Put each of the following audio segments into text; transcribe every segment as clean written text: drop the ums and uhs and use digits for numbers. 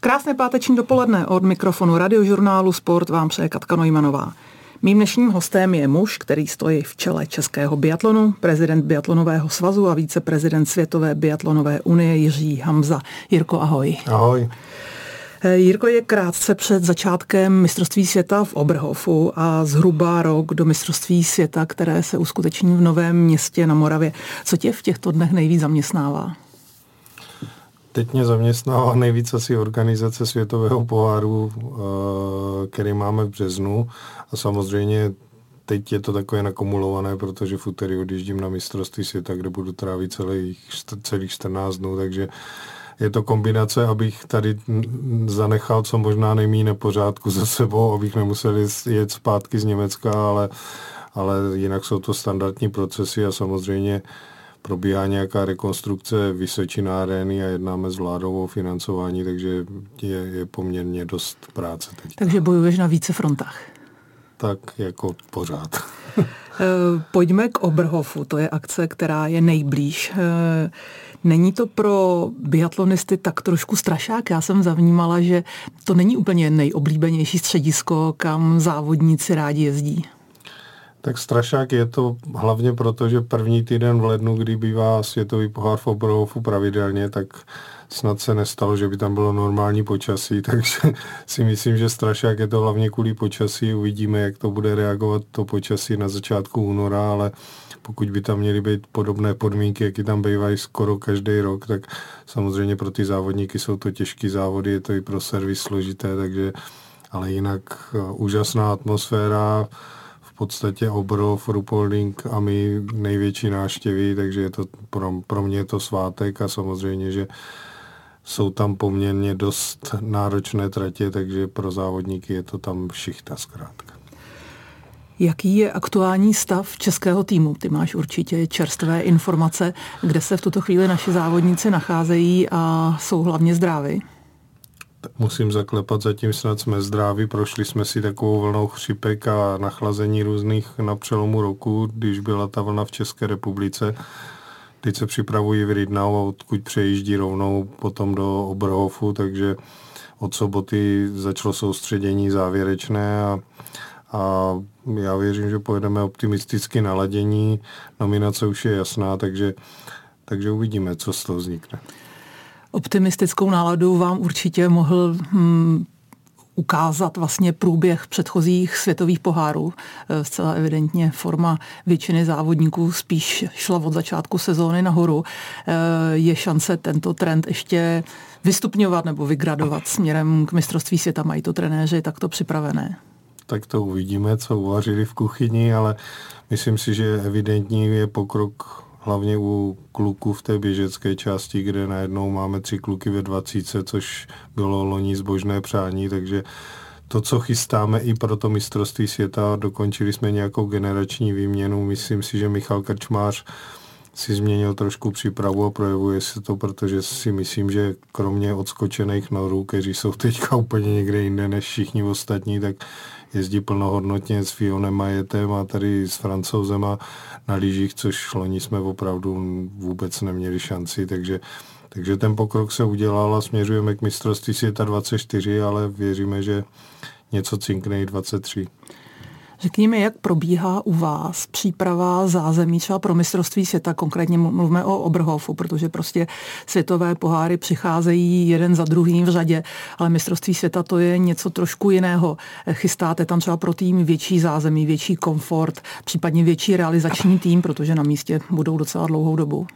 Krásné páteční dopoledne od mikrofonu Radiožurnálu Sport vám přeje Katka Neumannová. Mým dnešním hostem je muž, který stojí v čele českého biatlonu, prezident biatlonového svazu a viceprezident Světové biatlonové unie Jiří Hamza. Jirko, ahoj. Ahoj. Jirko, je krátce před začátkem mistrovství světa v Oberhofu a zhruba rok do mistrovství světa, které se uskuteční v Novém Městě na Moravě. Co tě v těchto dnech nejvíc zaměstnává? Teď mě zaměstnává nejvíc asi organizace Světového poháru, který máme v březnu. A samozřejmě teď je to takové nakumulované, protože v úterý odjíždím na mistrovství světa, kde budu trávit celých 14 dnů, takže je to kombinace, abych tady zanechal co možná nejméně nepořádku za sebou, abych nemusel jet zpátky z Německa, ale jinak jsou to standardní procesy a samozřejmě probíhá nějaká rekonstrukce Vysočina arény a jednáme s vládou o financování, takže je poměrně dost práce teď. Takže bojuješ na více frontách. Tak jako pořád. Pojďme k Oberhofu, to je akce, která je nejblíž. Není to pro biatlonisty tak trošku strašák? Já jsem zavnímala, že to není úplně nejoblíbenější středisko, kam závodníci rádi jezdí. Tak strašák je to hlavně proto, že první týden v lednu, kdy bývá světový pohár v Oberhofu pravidelně, tak snad se nestalo, že by tam bylo normální počasí, takže si myslím, že strašák je to hlavně kvůli počasí. Uvidíme, jak to bude reagovat to počasí na začátku února, ale pokud by tam měly být podobné podmínky, jak tam bývají skoro každý rok, tak samozřejmě pro ty závodníky jsou to těžké závody, je to i pro servis složité, takže ale jinak úžasná atmosféra, v podstatě Oberhof, Ruhpolding a my největší návštěvy, takže je to pro mě je to svátek a samozřejmě, že jsou tam poměrně dost náročné tratě, takže pro závodníky je to tam šichta zkrátka. Jaký je aktuální stav českého týmu? Ty máš určitě čerstvé informace, kde se v tuto chvíli naši závodníci nacházejí a jsou hlavně zdraví. Musím zaklepat, zatím snad jsme zdraví, prošli jsme si takovou vlnou chřipek a nachlazení různých na přelomu roku, když byla ta vlna v České republice. Teď se připravují v Rydnau a odkud přejíždí rovnou potom do Oberhofu, takže od soboty začalo soustředění závěrečné a já věřím, že pojedeme optimisticky naladění. Nominace už je jasná, takže uvidíme, co z toho vznikne. Optimistickou náladu vám určitě mohl ukázat vlastně průběh předchozích světových pohárů. Zcela evidentně forma většiny závodníků spíš šla od začátku sezóny nahoru. Je šance tento trend ještě vystupňovat nebo vygradovat směrem k mistrovství světa? Mají to trenéři takto připravené? Tak to uvidíme, co uvařili v kuchyni, ale myslím si, že evidentní je pokrok hlavně u kluků v té běžecké části, kde najednou máme 3 kluky ve 20, což bylo loni zbožné přání, takže to, co chystáme i pro to mistrovství světa, dokončili jsme nějakou generační výměnu. Myslím si, že Michal Krčmář si změnil trošku přípravu a projevuje se to, protože si myslím, že kromě odskočených norů, kteří jsou teďka úplně někde jinde než všichni ostatní, tak jezdí plnohodnotně s Fionem Majetem a tady s Francouzema na lyžích, což loni jsme opravdu vůbec neměli šanci, takže ten pokrok se udělal a směřujeme k mistrovství světa 24, ale věříme, že něco cinkne i 23. Řekni mi, jak probíhá u vás příprava zázemí třeba pro mistrovství světa, konkrétně mluvíme o Oberhofu, protože prostě světové poháry přicházejí jeden za druhým v řadě, ale mistrovství světa to je něco trošku jiného. Chystáte tam třeba pro tým větší zázemí, větší komfort, případně větší realizační tým, protože na místě budou docela dlouhou dobu?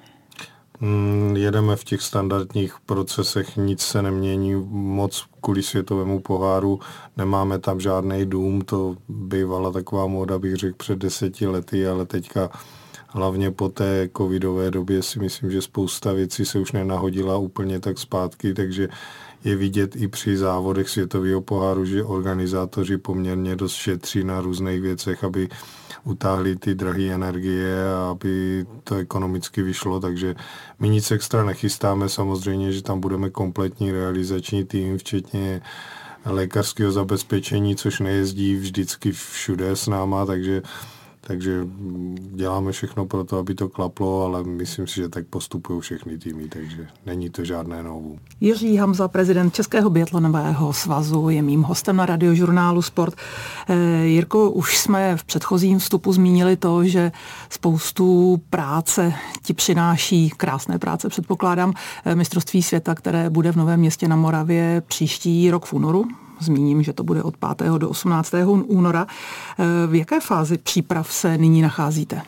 Jedeme v těch standardních procesech, nic se nemění moc kvůli světovému poháru, nemáme tam žádný dům, to bývala taková móda, bych řekl, před 10 lety, ale teďka hlavně po té covidové době si myslím, že spousta věcí se už nenahodila úplně tak zpátky, takže je vidět i při závodech světového poháru, že organizátoři poměrně dost šetří na různých věcech, aby utáhli ty drahé energie a aby to ekonomicky vyšlo, takže my nic extra nechystáme, samozřejmě, že tam budeme kompletní realizační tým, včetně lékařského zabezpečení, což nejezdí vždycky všude s náma, takže takže děláme všechno pro to, aby to klaplo, ale myslím si, že tak postupují všechny týmy, takže není to žádné novum. Jiří Hamza, prezident Českého biatlonového svazu, je mým hostem na Radiožurnálu Sport. Jirko, už jsme v předchozím vstupu zmínili to, že spoustu práce ti přináší, krásné práce předpokládám, mistrovství světa, které bude v Novém Městě na Moravě příští rok v únoru. Zmíním, že to bude od 5. do 18. února. V jaké fázi příprav se nyní nacházíte?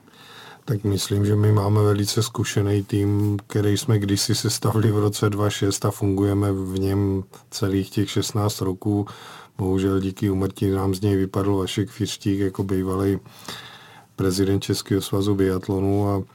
Tak myslím, že my máme velice zkušený tým, který jsme kdysi sestavili v roce 2006 a fungujeme v něm celých těch 16 roků. Bohužel díky úmrtí nám z něj vypadl Vašek Fiřtík jako bývalý prezident Českého svazu biatlonu a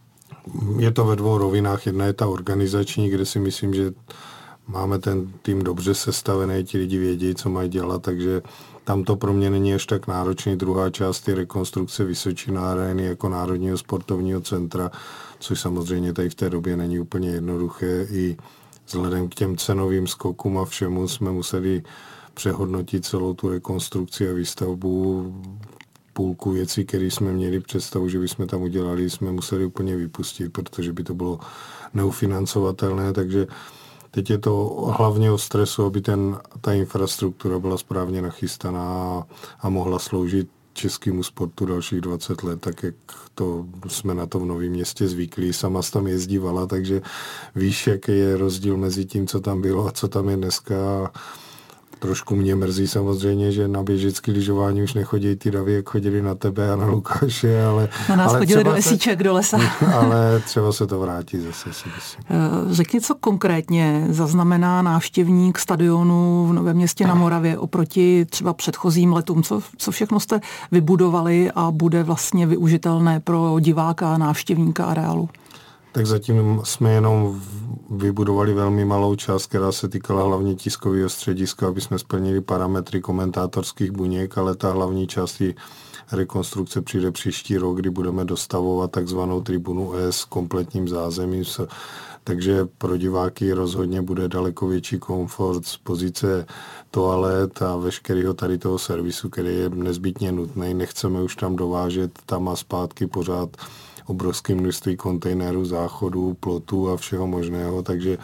je to ve dvou rovinách. Jedna je ta organizační, kde si myslím, že máme ten tým dobře sestavený, ti lidi vědí, co mají dělat, takže tam to pro mě není až tak náročný. Druhá část je rekonstrukce Vysočina arény jako národního sportovního centra, což samozřejmě tady v té době není úplně jednoduché. I vzhledem k těm cenovým skokům a všemu jsme museli přehodnotit celou tu rekonstrukci a výstavbu. Půlku věcí, které jsme měli představu, že bychom tam udělali, jsme museli úplně vypustit, protože by to bylo neufinancovatelné, takže teď je to hlavně o stresu, aby ta infrastruktura byla správně nachystaná a mohla sloužit českému sportu dalších 20 let, tak jak to jsme na to v Novém Městě zvyklí. Sama tam jezdívala, takže víš, jaký je rozdíl mezi tím, co tam bylo a co tam je dneska. Trošku mě mrzí samozřejmě, že na běžecké lyžování už nechodí ty davy, jak chodili na tebe a na Lukáše, ale... Na nás chodili do lesíček, do lesa. Ale třeba se to vrátí zase, si myslím. Řekni, co konkrétně zaznamená návštěvník stadionu v Novém Městě na Moravě oproti třeba předchozím letům? Co všechno jste vybudovali a bude vlastně využitelné pro diváka, návštěvníka areálu? Tak zatím jsme jenom vybudovali velmi malou část, která se týkala hlavně tiskového střediska, aby jsme splnili parametry komentátorských buněk, ale ta hlavní část rekonstrukce přijde příští rok, kdy budeme dostavovat takzvanou tribunu S s kompletním zázemím. Takže pro diváky rozhodně bude daleko větší komfort z pozice toalet a veškerého tady toho servisu, který je nezbytně nutný. Nechceme už tam dovážet tam a zpátky pořád obrovské množství kontejnerů, záchodů, plotů a všeho možného, takže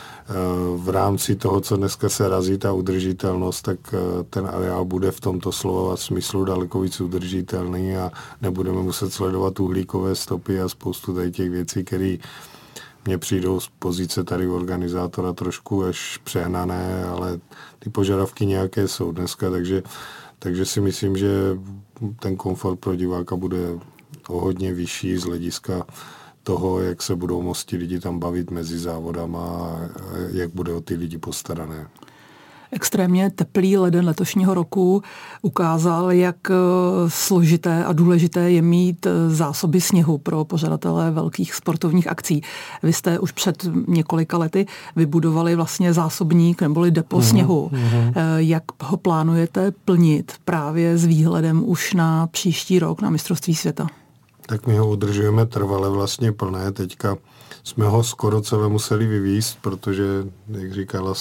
v rámci toho, co dneska se razí, ta udržitelnost, tak ten areál bude v tomto slova smyslu daleko víc udržitelný a nebudeme muset sledovat uhlíkové stopy a spoustu tady těch věcí, které mně přijdou z pozice tady organizátora trošku až přehnané, ale ty požadavky nějaké jsou dneska, takže si myslím, že ten komfort pro diváka bude o hodně vyšší z hlediska toho, jak se budou moct ti lidi tam bavit mezi závodama a jak bude o ty lidi postarané. Extrémně teplý leden letošního roku ukázal, jak složité a důležité je mít zásoby sněhu pro pořadatele velkých sportovních akcí. Vy jste už před několika lety vybudovali vlastně zásobník neboli depo sněhu. Jak ho plánujete plnit právě s výhledem už na příští rok na mistrovství světa? Tak my ho udržujeme trvale vlastně plné. Teďka jsme ho skoro celé museli vyvízt, protože, jak říkala,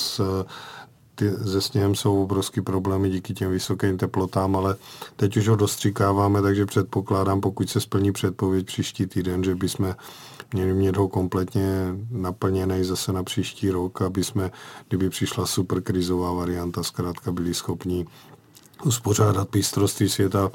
se sněhem jsou obrovský problémy díky těm vysokým teplotám, ale teď už ho dostřikáváme, takže předpokládám, pokud se splní předpověď příští týden, že bychom měli mít ho kompletně naplněný zase na příští rok, aby jsme, kdyby přišla super krizová varianta, zkrátka byli schopni uspořádat mistrovství světa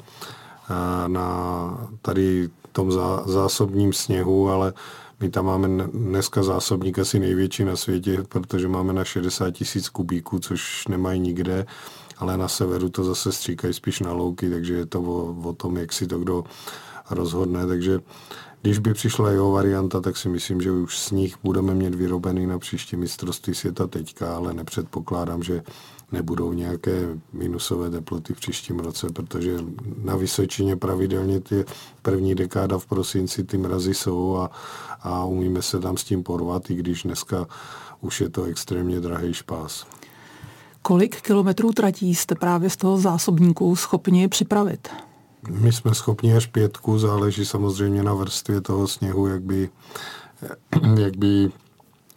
na tady tom zásobním sněhu, ale my tam máme dneska zásobník asi největší na světě, protože máme na 60 000 kubíků, což nemají nikde, ale na severu to zase stříkají spíš na louky, takže je to o tom, jak si to kdo rozhodne. Takže když by přišla jeho varianta, tak si myslím, že už sníh budeme mít vyrobený na příští mistrovství světa teďka, ale nepředpokládám, že nebudou nějaké minusové teploty v příštím roce, protože na Vysočině pravidelně ty první dekáda v prosinci ty mrazy jsou a umíme se tam s tím porvat, i když dneska už je to extrémně drahý špás. Kolik kilometrů tratí jste právě z toho zásobníku schopni připravit? My jsme schopni až 5, záleží samozřejmě na vrstvě toho sněhu, jak by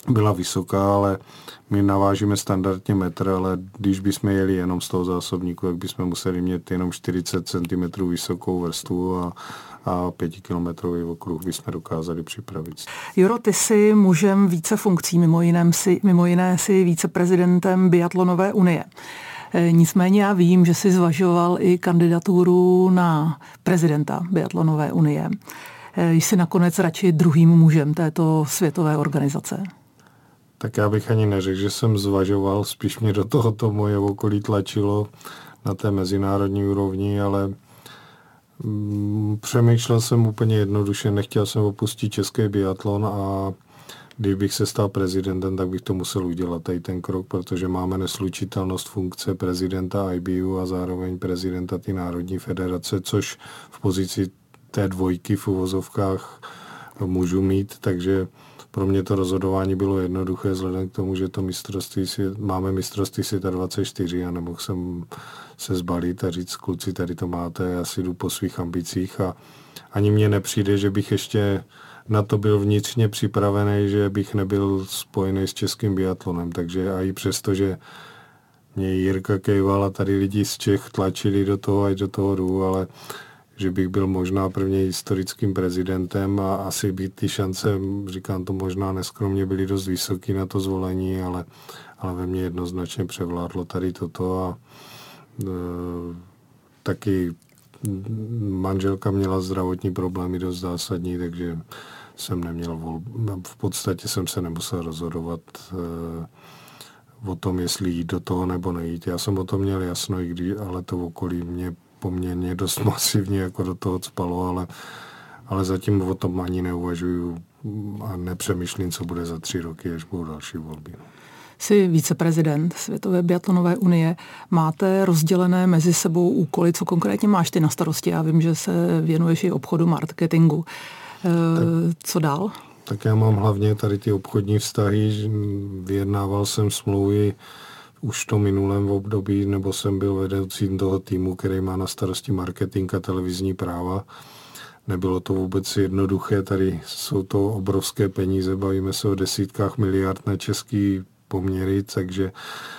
byla vysoká, ale my navážíme standardně metr, ale když bychom jeli jenom z toho zásobníku, tak bychom museli mít jenom 40 cm vysokou vrstvu a 5kilometrový okruh bychom dokázali připravit. Juro, ty jsi mužem více funkcí, mimo jiné si viceprezidentem Biatlonové unie. Nicméně já vím, že jsi zvažoval i kandidaturu na prezidenta Biatlonové unie. Jsi nakonec radši druhým mužem této světové organizace. Tak já bych ani neřekl, že jsem zvažoval, spíš mě do tohoto moje okolí tlačilo na té mezinárodní úrovni, ale přemýšlel jsem úplně jednoduše, nechtěl jsem opustit český biatlon a kdybych se stal prezidentem, tak bych to musel udělat tady ten krok, protože máme neslučitelnost funkce prezidenta IBU a zároveň prezidenta té národní federace, což v pozici té dvojky v uvozovkách můžu mít, takže pro mě to rozhodování bylo jednoduché, vzhledem k tomu, že to máme mistrovství světa 24 a nemohl jsem se zbalit a říct, kluci, tady to máte, já si jdu po svých ambicích a ani mně nepřijde, že bych ještě na to byl vnitřně připravený, že bych nebyl spojený s českým biatlonem, takže a i přesto, že mě Jirka kejval a tady lidi z Čech tlačili do toho, ať do toho jdu, ale že bych byl možná prvně historickým prezidentem a asi by ty šance, říkám to možná neskromně, byly dost vysoký na to zvolení, ale ve mně jednoznačně převládlo tady toto a taky manželka měla zdravotní problémy dost zásadní, takže jsem neměl v podstatě jsem se nemusel rozhodovat o tom, jestli jít do toho nebo nejít. Já jsem o tom měl jasno, ale to okolí mě poměrně dost masivně jako do toho cpalo, ale zatím o tom ani neuvažuju a nepřemýšlím, co bude za 3 roky, až budou další volby. Jsi viceprezident Světové biatlonové unie. Máte rozdělené mezi sebou úkoly, co konkrétně máš ty na starosti? Já vím, že se věnuješ i obchodu, marketingu. Co dál? Tak já mám hlavně tady ty obchodní vztahy. Vyjednával jsem smlouvy už v tom minulém období, nebo jsem byl vedoucím toho týmu, který má na starosti marketing a televizní práva. Nebylo to vůbec jednoduché, tady jsou to obrovské peníze, bavíme se o desítkách miliard na český poměry, takže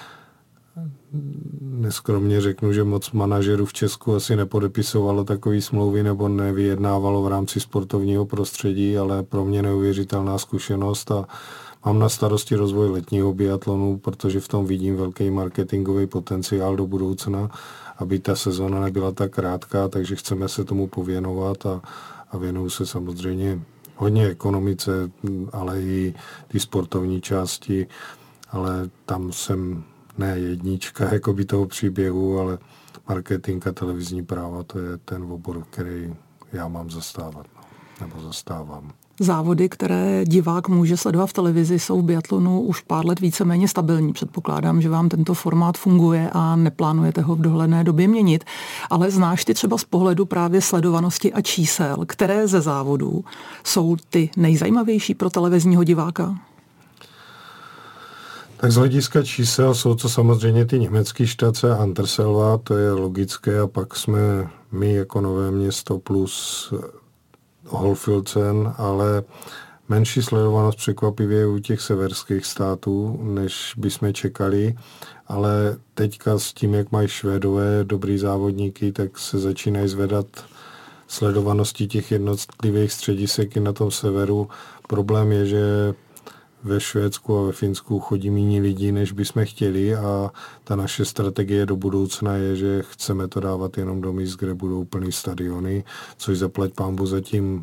neskromně řeknu, že moc manažerů v Česku asi nepodepisovalo takové smlouvy nebo nevyjednávalo v rámci sportovního prostředí, ale pro mě neuvěřitelná zkušenost a mám na starosti rozvoj letního biatlonu, protože v tom vidím velký marketingový potenciál do budoucna, aby ta sezona nebyla tak krátká, takže chceme se tomu pověnovat a věnuju se samozřejmě hodně ekonomice, ale i ty sportovní části, ale tam jsem ne jednička jakoby toho příběhu, ale marketing a televizní práva, to je ten obor, který já mám zastávat, nebo zastávám. Závody, které divák může sledovat v televizi, jsou v biatlonu už pár let víceméně stabilní. Předpokládám, že vám tento formát funguje a neplánujete ho v dohledné době měnit. Ale znáš ty třeba z pohledu právě sledovanosti a čísel, které ze závodů jsou ty nejzajímavější pro televizního diváka? Tak z hlediska čísel jsou to samozřejmě ty německé štace Anterselva, to je logické, a pak jsme my jako Nové Město plus Holfilzen, ale menší sledovanost překvapivě u těch severských států, než bychom čekali, ale teďka s tím, jak mají Švédové dobrý závodníky, tak se začínají zvedat sledovanosti těch jednotlivých středisek i na tom severu. Problém je, že ve Švédsku a ve Finsku chodí méně lidí, než bychom chtěli, a ta naše strategie do budoucna je, že chceme to dávat jenom do míst, kde budou plný stadiony, což zaplať pánbu zatím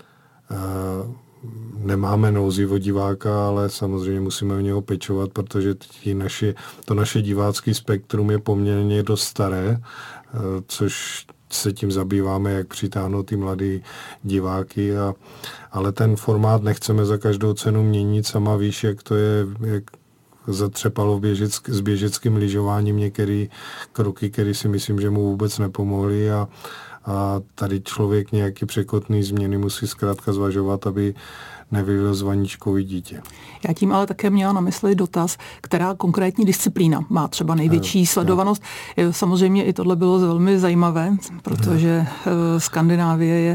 nemáme nouzi o diváka, ale samozřejmě musíme o něho pečovat, protože to naše divácký spektrum je poměrně dost staré, což se tím zabýváme, jak přitáhnout ty mladý diváky, ale ten formát nechceme za každou cenu měnit. Sama víš, jak to je, jak zatřepalo s běžeckým lyžováním některé kroky, které si myslím, že mu vůbec nepomohly, a tady člověk nějaký překotný změny musí zkrátka zvažovat, aby nevyvil z vaničkový dítě. Já tím ale také měla na mysli dotaz, která konkrétní disciplína má třeba největší sledovanost. Samozřejmě i tohle bylo velmi zajímavé, protože Skandinávie je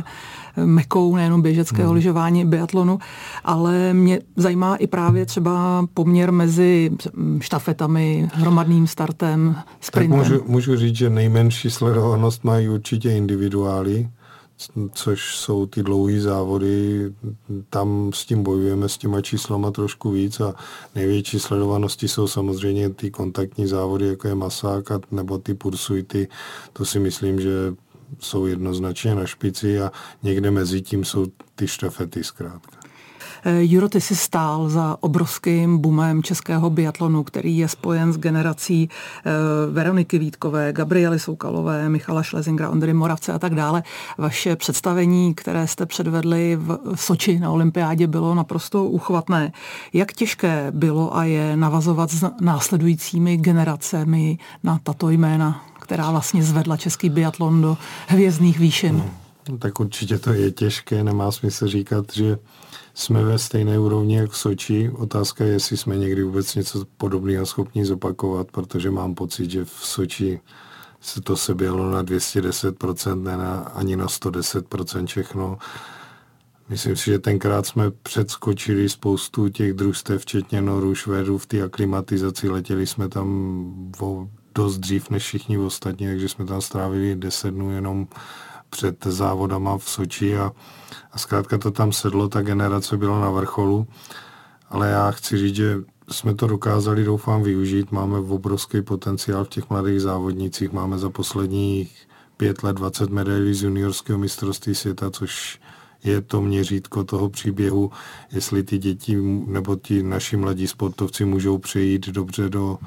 mekou nejenom běžeckého lyžování, biatlonu, ale mě zajímá i právě třeba poměr mezi štafetami, hromadným startem, sprintem. Tak můžu říct, že nejmenší sledovanost mají určitě individuály, což jsou ty dlouhý závody, tam s tím bojujeme, s těma číslama trošku víc a největší sledovanosti jsou samozřejmě ty kontaktní závody, jako je Masák nebo ty Pursuity, to si myslím, že jsou jednoznačně na špici a někde mezi tím jsou ty štafety zkrátka. Juro, ty jsi stál za obrovským boomem českého biatlonu, který je spojen s generací Veroniky Vítkové, Gabriely Soukalové, Michala Schlesingera, Ondry Moravce a tak dále. Vaše představení, které jste předvedli v Soči na olympiádě, bylo naprosto uchvatné. Jak těžké bylo a je navazovat s následujícími generacemi na tato jména, která vlastně zvedla český biatlon do hvězdných výšin? Tak určitě to je těžké, nemá smysl říkat, že jsme ve stejné úrovni jak v Soči. Otázka je, jestli jsme někdy vůbec něco podobného schopni zopakovat, protože mám pocit, že v Soči se to se bělo na 210%, ne ani na 110% všechno. Myslím si, že tenkrát jsme předskočili spoustu těch družstev, včetně Norů, Švédů v té aklimatizaci. Letěli jsme tam dost dřív než všichni ostatní, takže jsme tam strávili 10 dnů jenom před závodama v Soči a zkrátka to tam sedlo, ta generace byla na vrcholu, ale já chci říct, že jsme to dokázali, doufám, využít. Máme obrovský potenciál v těch mladých závodnících. Máme za posledních 5 let 20 medailí z juniorského mistrovství světa, což je to měřítko toho příběhu, jestli ty děti nebo ti naši mladí sportovci můžou přejít dobře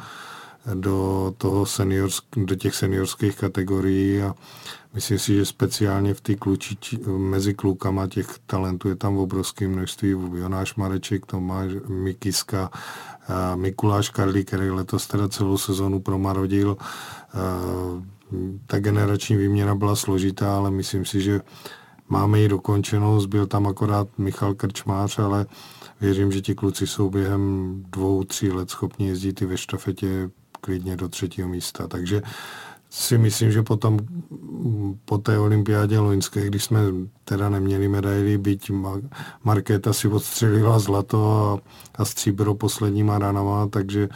do těch seniorských kategorií a myslím si, že speciálně v té mezi klukama těch talentů je tam obrovské množství. Jonáš Mareček, Tomáš Mikiska, Mikuláš Karlík, který letos teda celou sezonu promarodil. Ta generační výměna byla složitá, ale myslím si, že máme ji dokončenou. Zbyl tam akorát Michal Krčmář, ale věřím, že ti kluci jsou během 2-3 let schopni jezdit i ve štafetě klidně do 3. místa. Takže si myslím, že potom po té olympiádě loňské, když jsme teda neměli medaili, byť Markéta si odstřelila zlato a stříbro posledníma ranama, takže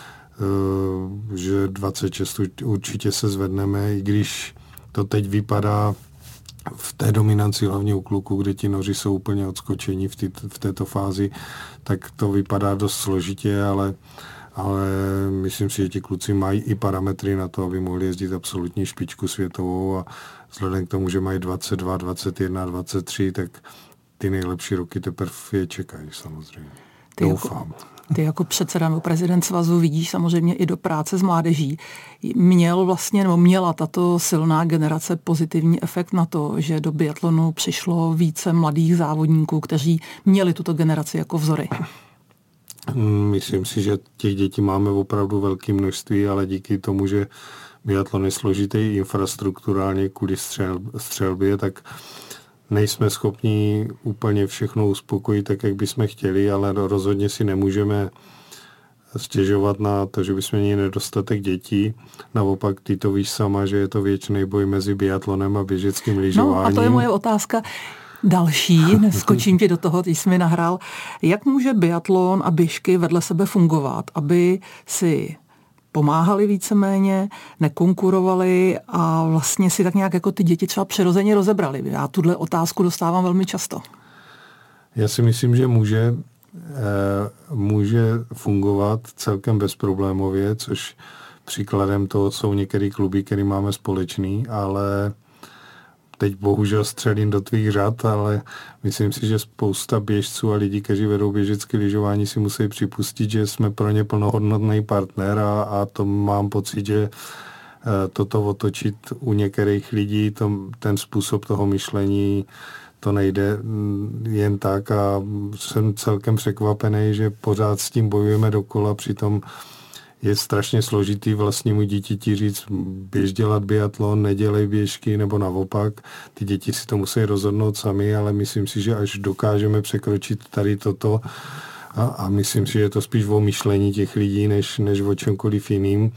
že 26 určitě se zvedneme, i když to teď vypadá v té dominanci hlavně u kluků, kde ti noři jsou úplně odskočení v této fázi, tak to vypadá dost složitě, ale myslím si, že ti kluci mají i parametry na to, aby mohli jezdit absolutní špičku světovou a vzhledem k tomu, že mají 22, 21, 23, tak ty nejlepší roky teprve je čekají samozřejmě. Doufám. Ty jako předseda nebo prezident svazu vidíš samozřejmě i do práce s mládeží. Měla tato silná generace pozitivní efekt na to, že do biatlonu přišlo více mladých závodníků, kteří měli tuto generaci jako vzory? Myslím si, že těch dětí máme opravdu velké množství, ale díky tomu, že biatlon je složitý infrastrukturálně kvůli střelbě, tak nejsme schopni úplně všechno uspokojit tak, jak bychom chtěli, ale rozhodně si nemůžeme stěžovat na to, že bychom měli nedostatek dětí. Naopak, ty to víš sama, že je to věčný boj mezi biatlonem a běžeckým lyžováním. No a to je moje otázka. Další, skočím ti do toho, ty jsi mi nahrál. Jak může biatlon a běžky vedle sebe fungovat, aby si pomáhali víceméně, nekonkurovali a vlastně si tak nějak jako ty děti třeba přirozeně rozebrali? Já tuhle otázku dostávám velmi často. Já si myslím, že může fungovat celkem bezproblémově, což příkladem toho jsou některé kluby, které máme společný, ale teď bohužel střelím do tvých řad, ale myslím si, že spousta běžců a lidí, kteří vedou běžecké lyžování, si musí připustit, že jsme pro ně plnohodnotný partner a to mám pocit, že toto otočit u některých lidí, ten způsob toho myšlení, to nejde jen tak a jsem celkem překvapený, že pořád s tím bojujeme dokola, přitom je strašně složitý vlastnímu dítěti říct, běž dělat biatlon, nedělej běžky, nebo naopak. Ty děti si to musí rozhodnout sami, ale myslím si, že až dokážeme překročit tady toto a myslím si, že je to spíš o myšlení těch lidí, než o čemkoliv jiným,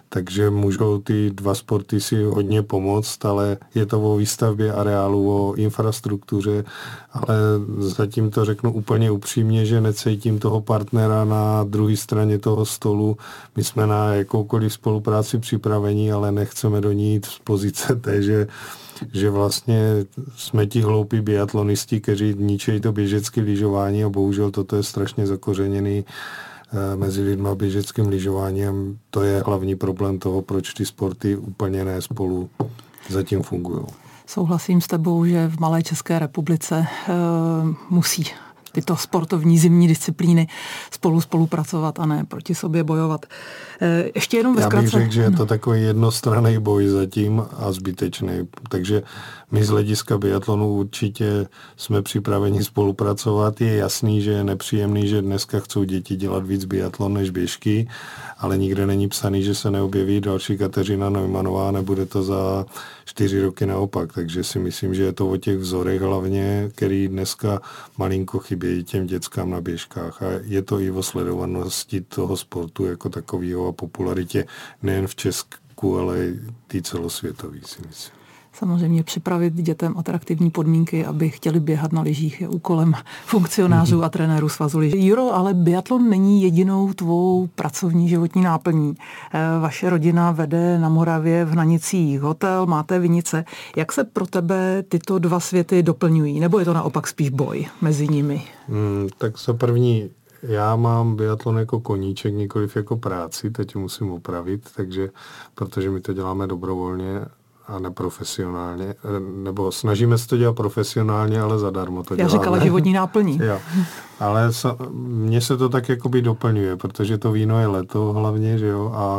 takže můžou ty dva sporty si hodně pomoct, ale je to o výstavbě areálu, o infrastruktuře, ale zatím to řeknu úplně upřímně, že necítím toho partnera na druhé straně toho stolu. My jsme na jakoukoliv spolupráci připraveni, ale nechceme do ní jít z pozice té, že vlastně jsme ti hloupí biatlonisti, kteří ničejí to běžecké lyžování a bohužel toto je strašně zakořeněný mezi lidma běžeckým lyžováním. To je hlavní problém toho, proč ty sporty úplně ne spolu zatím fungují. Souhlasím s tebou, že v malé České republice musí tyto sportovní zimní disciplíny spolupracovat a ne proti sobě bojovat. Ještě jenom ve zkratce. Já bych řekl, že je to takový jednostranný boj zatím a zbytečný. Takže my z hlediska biatlonu určitě jsme připraveni spolupracovat. Je jasný, že je nepříjemný, že dneska chcou děti dělat víc biatlon než běžky, ale nikde není psaný, že se neobjeví další Kateřina Neumannová, nebude to za 4 roky naopak. Takže si myslím, že je to o těch vzorech hlavně, který dneska malinko chybějí těm dětskám na běžkách. A je to i o sledovanosti toho sportu jako takového a popularitě nejen v Česku, ale i ty celosvětový, si myslím. Samozřejmě připravit dětem atraktivní podmínky, aby chtěli běhat na lyžích, je úkolem funkcionářů a trenérů svazu lyží. Juro, ale biatlon není jedinou tvou pracovní životní náplní. Vaše rodina vede na Moravě v Hnanicích hotel, máte vinice. Jak se pro tebe tyto dva světy doplňují? Nebo je to naopak spíš boj mezi nimi? Tak za první, já mám biatlon jako koníček, nikoliv jako práci, teď musím opravit, protože my to děláme dobrovolně a neprofesionálně, nebo snažíme se to dělat profesionálně, ale zadarmo to děláme. Já říkala životní náplní. Jo. Ale mně se to tak jakoby doplňuje, protože to víno je leto hlavně, že jo, a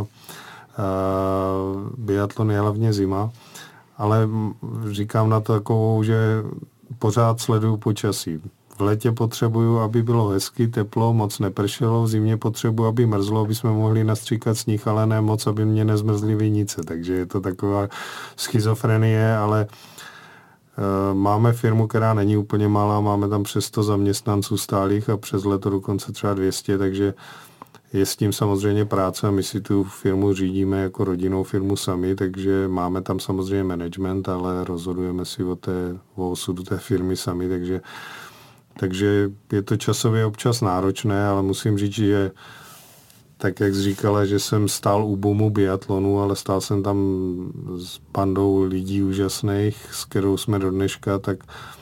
biatlon je hlavně zima, ale říkám na to takovou, že pořád sleduju počasí. V létě potřebuju, aby bylo hezky, teplo, moc nepršelo, v zimě potřebuju, aby mrzlo, aby jsme mohli nastříkat sníh, ale ne moc, aby mě nezmrzly vinice. Takže je to taková schizofrenie, ale máme firmu, která není úplně malá, máme tam přes 100 zaměstnanců stálých a přes leto dokonce třeba 200, takže je s tím samozřejmě práce a my si tu firmu řídíme jako rodinnou firmu sami, takže máme tam samozřejmě management, ale rozhodujeme si o osudu té firmy sami, takže je to časově občas náročné, ale musím říct, že tak, jak jsi říkala, že jsem stál u boomu biatlonu, ale stál jsem tam s bandou lidí úžasných, s kterou jsme do dneška, tak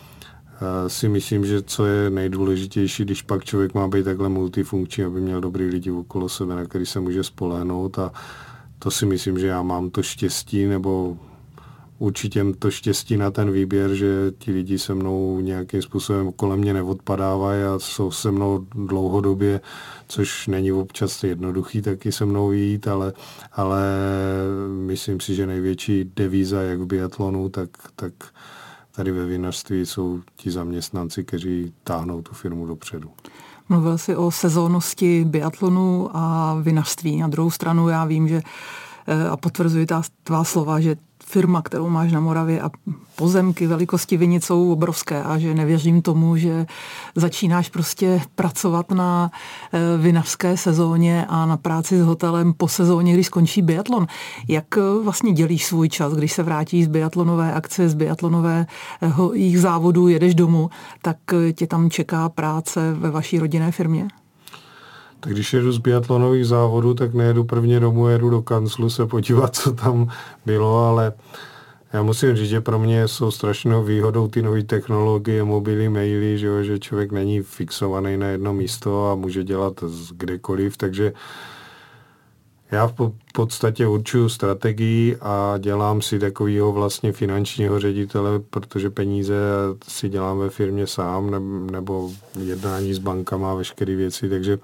si myslím, že co je nejdůležitější, když pak člověk má být takhle multifunkční, aby měl dobrý lidi okolo sebe, na který se může spolehnout, a to si myslím, že já mám to štěstí, nebo určitě to štěstí na ten výběr, že ti lidi se mnou nějakým způsobem kolem mě neodpadávají a jsou se mnou dlouhodobě, což není občas jednoduchý taky se mnou jít, ale myslím si, že největší devíza jak v biatlonu, tak tady ve vinařství jsou ti zaměstnanci, kteří táhnou tu firmu dopředu. Mluvil jsi o sezónnosti biatlonu a vinařství. Na druhou stranu já vím, že a potvrzuji tvá slova, že firma, kterou máš na Moravě a pozemky velikosti vinic jsou obrovské a že nevěřím tomu, že začínáš prostě pracovat na vinařské sezóně a na práci s hotelem po sezóně, když skončí biatlon. Jak vlastně dělíš svůj čas, když se vrátíš z biatlonové akce, z biatlonových závodů, jedeš domů, tak tě tam čeká práce ve vaší rodinné firmě? Tak když jedu z biatlonových závodů, tak nejedu prvně domů, jedu do kanclu se podívat, co tam bylo, ale já musím říct, že pro mě jsou strašnou výhodou ty nové technologie, mobily, maily, že člověk není fixovaný na jedno místo a může dělat kdekoliv, takže já v podstatě určuju strategii a dělám si takového vlastně finančního ředitele, protože peníze si dělám ve firmě sám, nebo jednání s bankama a veškeré věci, takže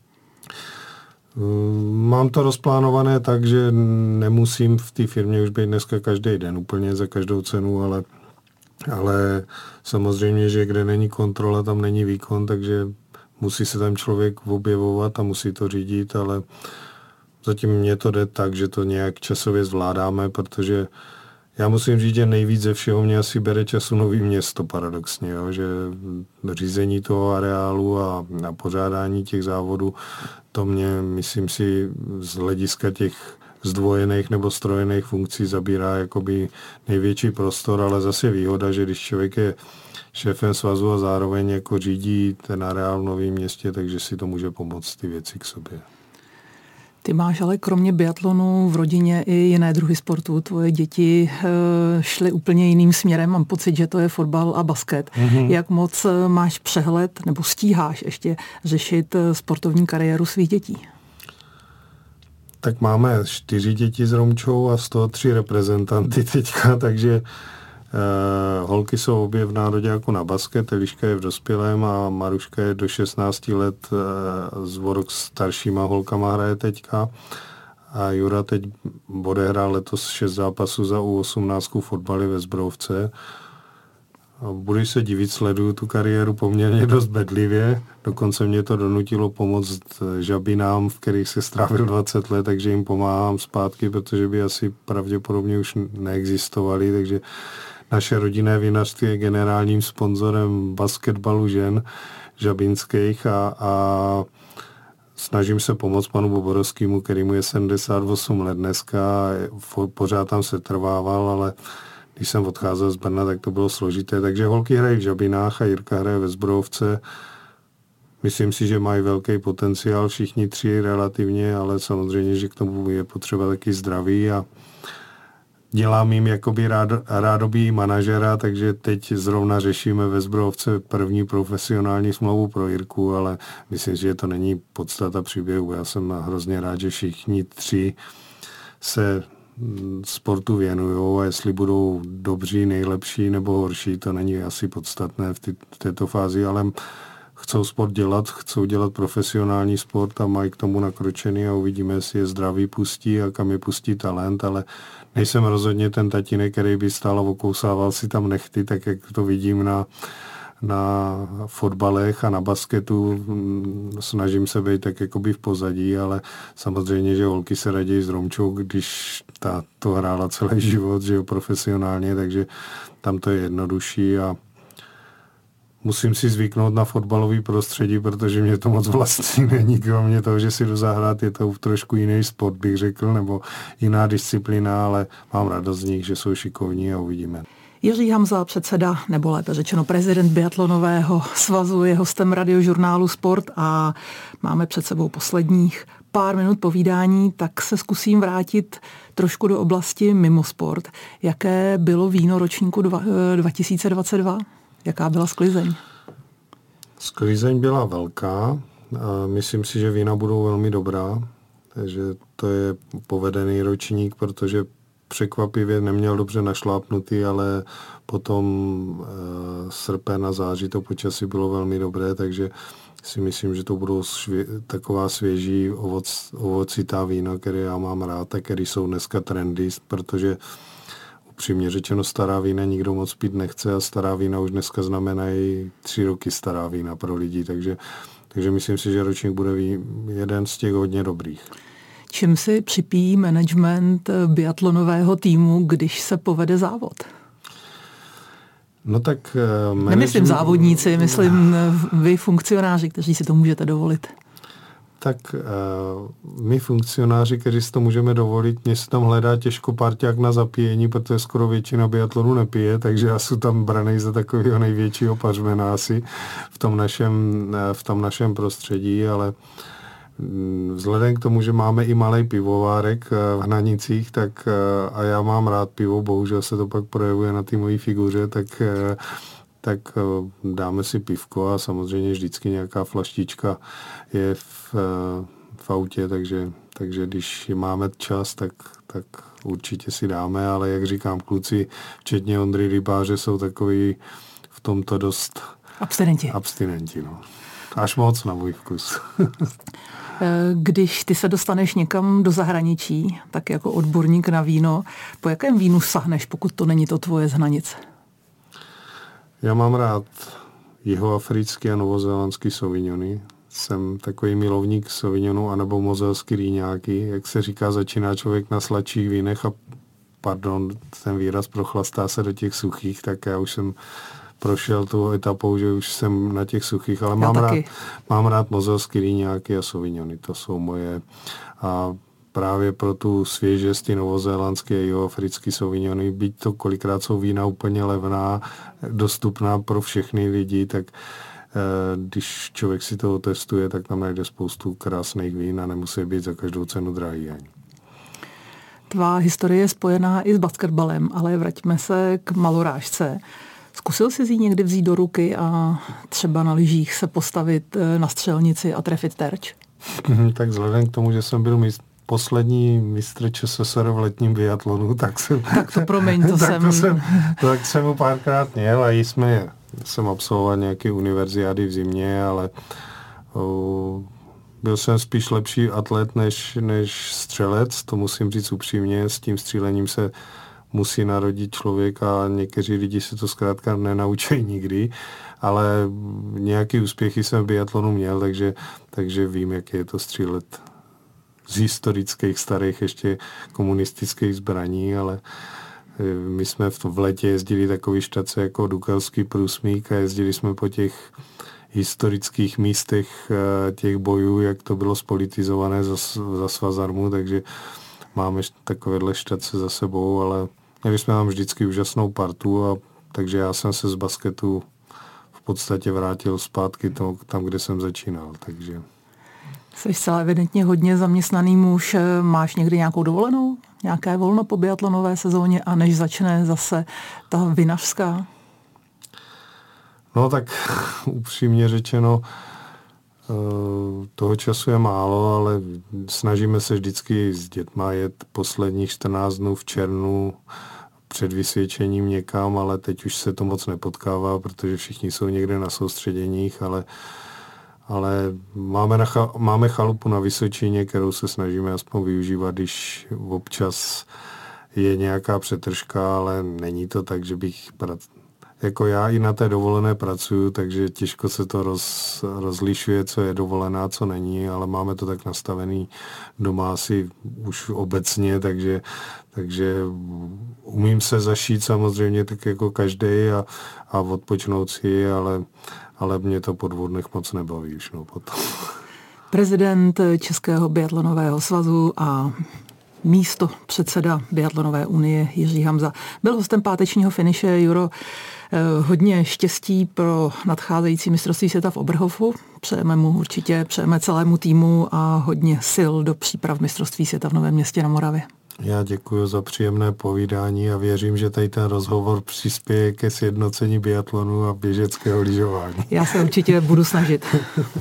mám to rozplánované tak, že nemusím v té firmě už být dneska každý den úplně za každou cenu, ale samozřejmě, že kde není kontrola, tam není výkon, takže musí se tam člověk objevovat a musí to řídit, ale zatím mně to jde tak, že to nějak časově zvládáme, protože já musím říct, že nejvíc ze všeho mě asi bere času Nový Město paradoxně, jo? Že řízení toho areálu a pořádání těch závodů, to mě, myslím si, z hlediska těch zdvojených nebo strojených funkcí zabírá jakoby největší prostor, ale zase výhoda, že když člověk je šéfem svazu a zároveň jako řídí ten areál v Novém Městě, takže si to může pomoct ty věci k sobě. Ty máš ale kromě biatlonu v rodině i jiné druhy sportů. Tvoje děti šly úplně jiným směrem. Mám pocit, že to je fotbal a basket. Mm-hmm. Jak moc máš přehled nebo stíháš ještě řešit sportovní kariéru svých dětí? Tak máme 4 děti s Romčou a z toho 3 reprezentanty teďka, takže holky jsou obě v nároďáku na basket, Eliška je v dospělém a Maruška je do 16 let s o rok staršíma holkama hraje teďka. A Jura teď odehrál letos 6 zápasů za U18 fotbaly ve Zbrovce. Budeš se divit, sleduju tu kariéru poměrně dost bedlivě. Dokonce mě to donutilo pomoct žabinám, v kterých se strávil 20 let, takže jim pomáhám zpátky, protože by asi pravděpodobně už neexistovali, takže naše rodinné vinařství je generálním sponzorem basketbalu žen žabinských a snažím se pomoct panu Boborovskému, kterýmu je 78 let dneska, pořád tam se trvával, ale když jsem odcházel z Brna, tak to bylo složité. Takže holky hrají v žabinách a Jirka hraje ve Zbrojovce. Myslím si, že mají velký potenciál, všichni 3 relativně, ale samozřejmě, že k tomu je potřeba taky zdraví a dělám jim jakoby rádoby manažera, takže teď zrovna řešíme ve Zbrojovce první profesionální smlouvu pro Jirku, ale myslím, že to není podstata příběhu. Já jsem hrozně rád, že všichni 3 se sportu věnujou a jestli budou dobří, nejlepší nebo horší, to není asi podstatné v této fázi, ale chcou sport dělat, chcou dělat profesionální sport a mají k tomu nakročený a uvidíme, jestli je zdravý pustí a kam je pustí talent, ale nejsem rozhodně ten tatínek, který by stál a okousával si tam nechty, tak jak to vidím na fotbalech a na basketu. Snažím se být tak jakoby v pozadí, ale samozřejmě, že holky se raději s Romčou, když ta to hrála celý život, že jo, profesionálně, takže tam to je jednodušší a musím si zvyknout na fotbalový prostředí, protože mě to moc vlastní není, kromě toho, že si jdu zahrát, je to trošku jiný sport, bych řekl, nebo jiná disciplína, ale mám radost z nich, že jsou šikovní a uvidíme. Jiří Hamza, předseda, nebo lépe řečeno prezident biatlonového svazu, je hostem radiožurnálu Sport a máme před sebou posledních pár minut povídání, tak se zkusím vrátit trošku do oblasti mimo sport. Jaké bylo víno ročníku 2022? Jaká byla sklizeň? Sklizeň byla velká. Myslím si, že vína budou velmi dobrá. Takže to je povedený ročník, protože překvapivě neměl dobře našlápnutý, ale potom srpen a září to počasí bylo velmi dobré, takže si myslím, že to budou taková svěží ovocitá vína, které já mám rád a které jsou dneska trendy, protože upřímně řečeno stará vína nikdo moc pít nechce a stará vína už dneska znamenají 3 roky stará vína pro lidi, takže myslím si, že ročník bude jeden z těch hodně dobrých. Čím si připíjí management biatlonového týmu, když se povede závod? No tak nemyslím závodníci, myslím vy funkcionáři, kteří si to můžete dovolit. Tak my funkcionáři, kteří si to můžeme dovolit, mě se tam hledá těžko parťák na zapíjení, protože skoro většina biatlonu nepije, takže já jsem tam branej za takového největšího pařmena asi v tom našem prostředí, ale vzhledem k tomu, že máme i malej pivovárek v Hnanicích, tak a já mám rád pivo, bohužel se to pak projevuje na té mojí figuře, tak dáme si pivko a samozřejmě vždycky nějaká flaštička je v autě, takže když máme čas, tak určitě si dáme, ale jak říkám, kluci, včetně Ondry Rybáře, jsou takový v tomto dost abstinenti, no. Až moc na můj vkus. Když ty se dostaneš někam do zahraničí, tak jako odborník na víno, po jakém vínu sahneš, pokud to není to tvoje z Hnanic? Já mám rád jihoafrický a novozélandský sauvignony. Jsem takový milovník sauvignonu anebo mozelský rýňáky. Jak se říká, začíná člověk na sladších vínech a ten výraz prochlastá se do těch suchých, tak já už jsem prošel tu etapou, že už jsem na těch suchých, ale mám rád mozelský rýňáky a sauvignony. To jsou moje. A právě pro tu svěžest, ty novozélandské a jihoafrické sauvignony, byť to kolikrát jsou vína úplně levná, dostupná pro všechny lidi, tak když člověk si to testuje, tak tam najde spoustu krásných vín a nemusí být za každou cenu drahý ani. Tvá historie je spojená i s basketbalem, ale vraťme se k malorážce. Zkusil jsi ji někdy vzít do ruky a třeba na lyžích se postavit na střelnici a trefit terč? Tak vzhledem k tomu, že jsem byl poslední mistr ČSSR v letním biatlonu, tak jsem... Tak to promiň, tak jsem mu párkrát měl a jsem absolvoval nějaké univerziády v zimě, ale byl jsem spíš lepší atlet než střelec, to musím říct upřímně, s tím střílením se musí narodit člověk a někteří lidi se to zkrátka nenaučí nikdy, ale nějaké úspěchy jsem v biatlonu měl, takže vím, jak je to střílet z historických starých ještě komunistických zbraní, ale my jsme v letě jezdili takový štace jako Dukelský průsmík a jezdili jsme po těch historických místech těch bojů, jak to bylo spolitizované za Svazarmu, takže máme takovéhle štace za sebou, ale měli jsme tam vždycky úžasnou partu a takže já jsem se z basketu v podstatě vrátil zpátky tam, kde jsem začínal, takže... Jsi celé evidentně hodně zaměstnaný muž. Máš někdy nějakou dovolenou? Nějaké volno po biatlonové sezóně a než začne zase ta vinařská? No tak upřímně řečeno, toho času je málo, ale snažíme se vždycky s dětma jet posledních 14 dnů v červnu před vysvědčením někam, ale teď už se to moc nepotkává, protože všichni jsou někde na soustředěních, ale máme chalupu na Vysočině, kterou se snažíme aspoň využívat, když občas je nějaká přetržka, ale není to tak, že bych... Jako já i na té dovolené pracuju, takže těžko se to rozlišuje, co je dovolená, co není, ale máme to tak nastavený doma asi už obecně, takže umím se zašít samozřejmě tak jako každý a odpočnout si, ale mě to po 2 dnech moc nebaví už potom. Prezident Českého biatlonového svazu a místo předseda Biatlonové unie Jiří Hamza byl hostem pátečního finiše. Juro, hodně štěstí pro nadcházející mistrovství světa v Oberhofu. Přejeme celému týmu a hodně sil do příprav mistrovství světa v Novém Městě na Moravě. Já děkuji za příjemné povídání a věřím, že tady ten rozhovor přispěje ke sjednocení biatlonu a běžeckého lyžování. Já se určitě budu snažit.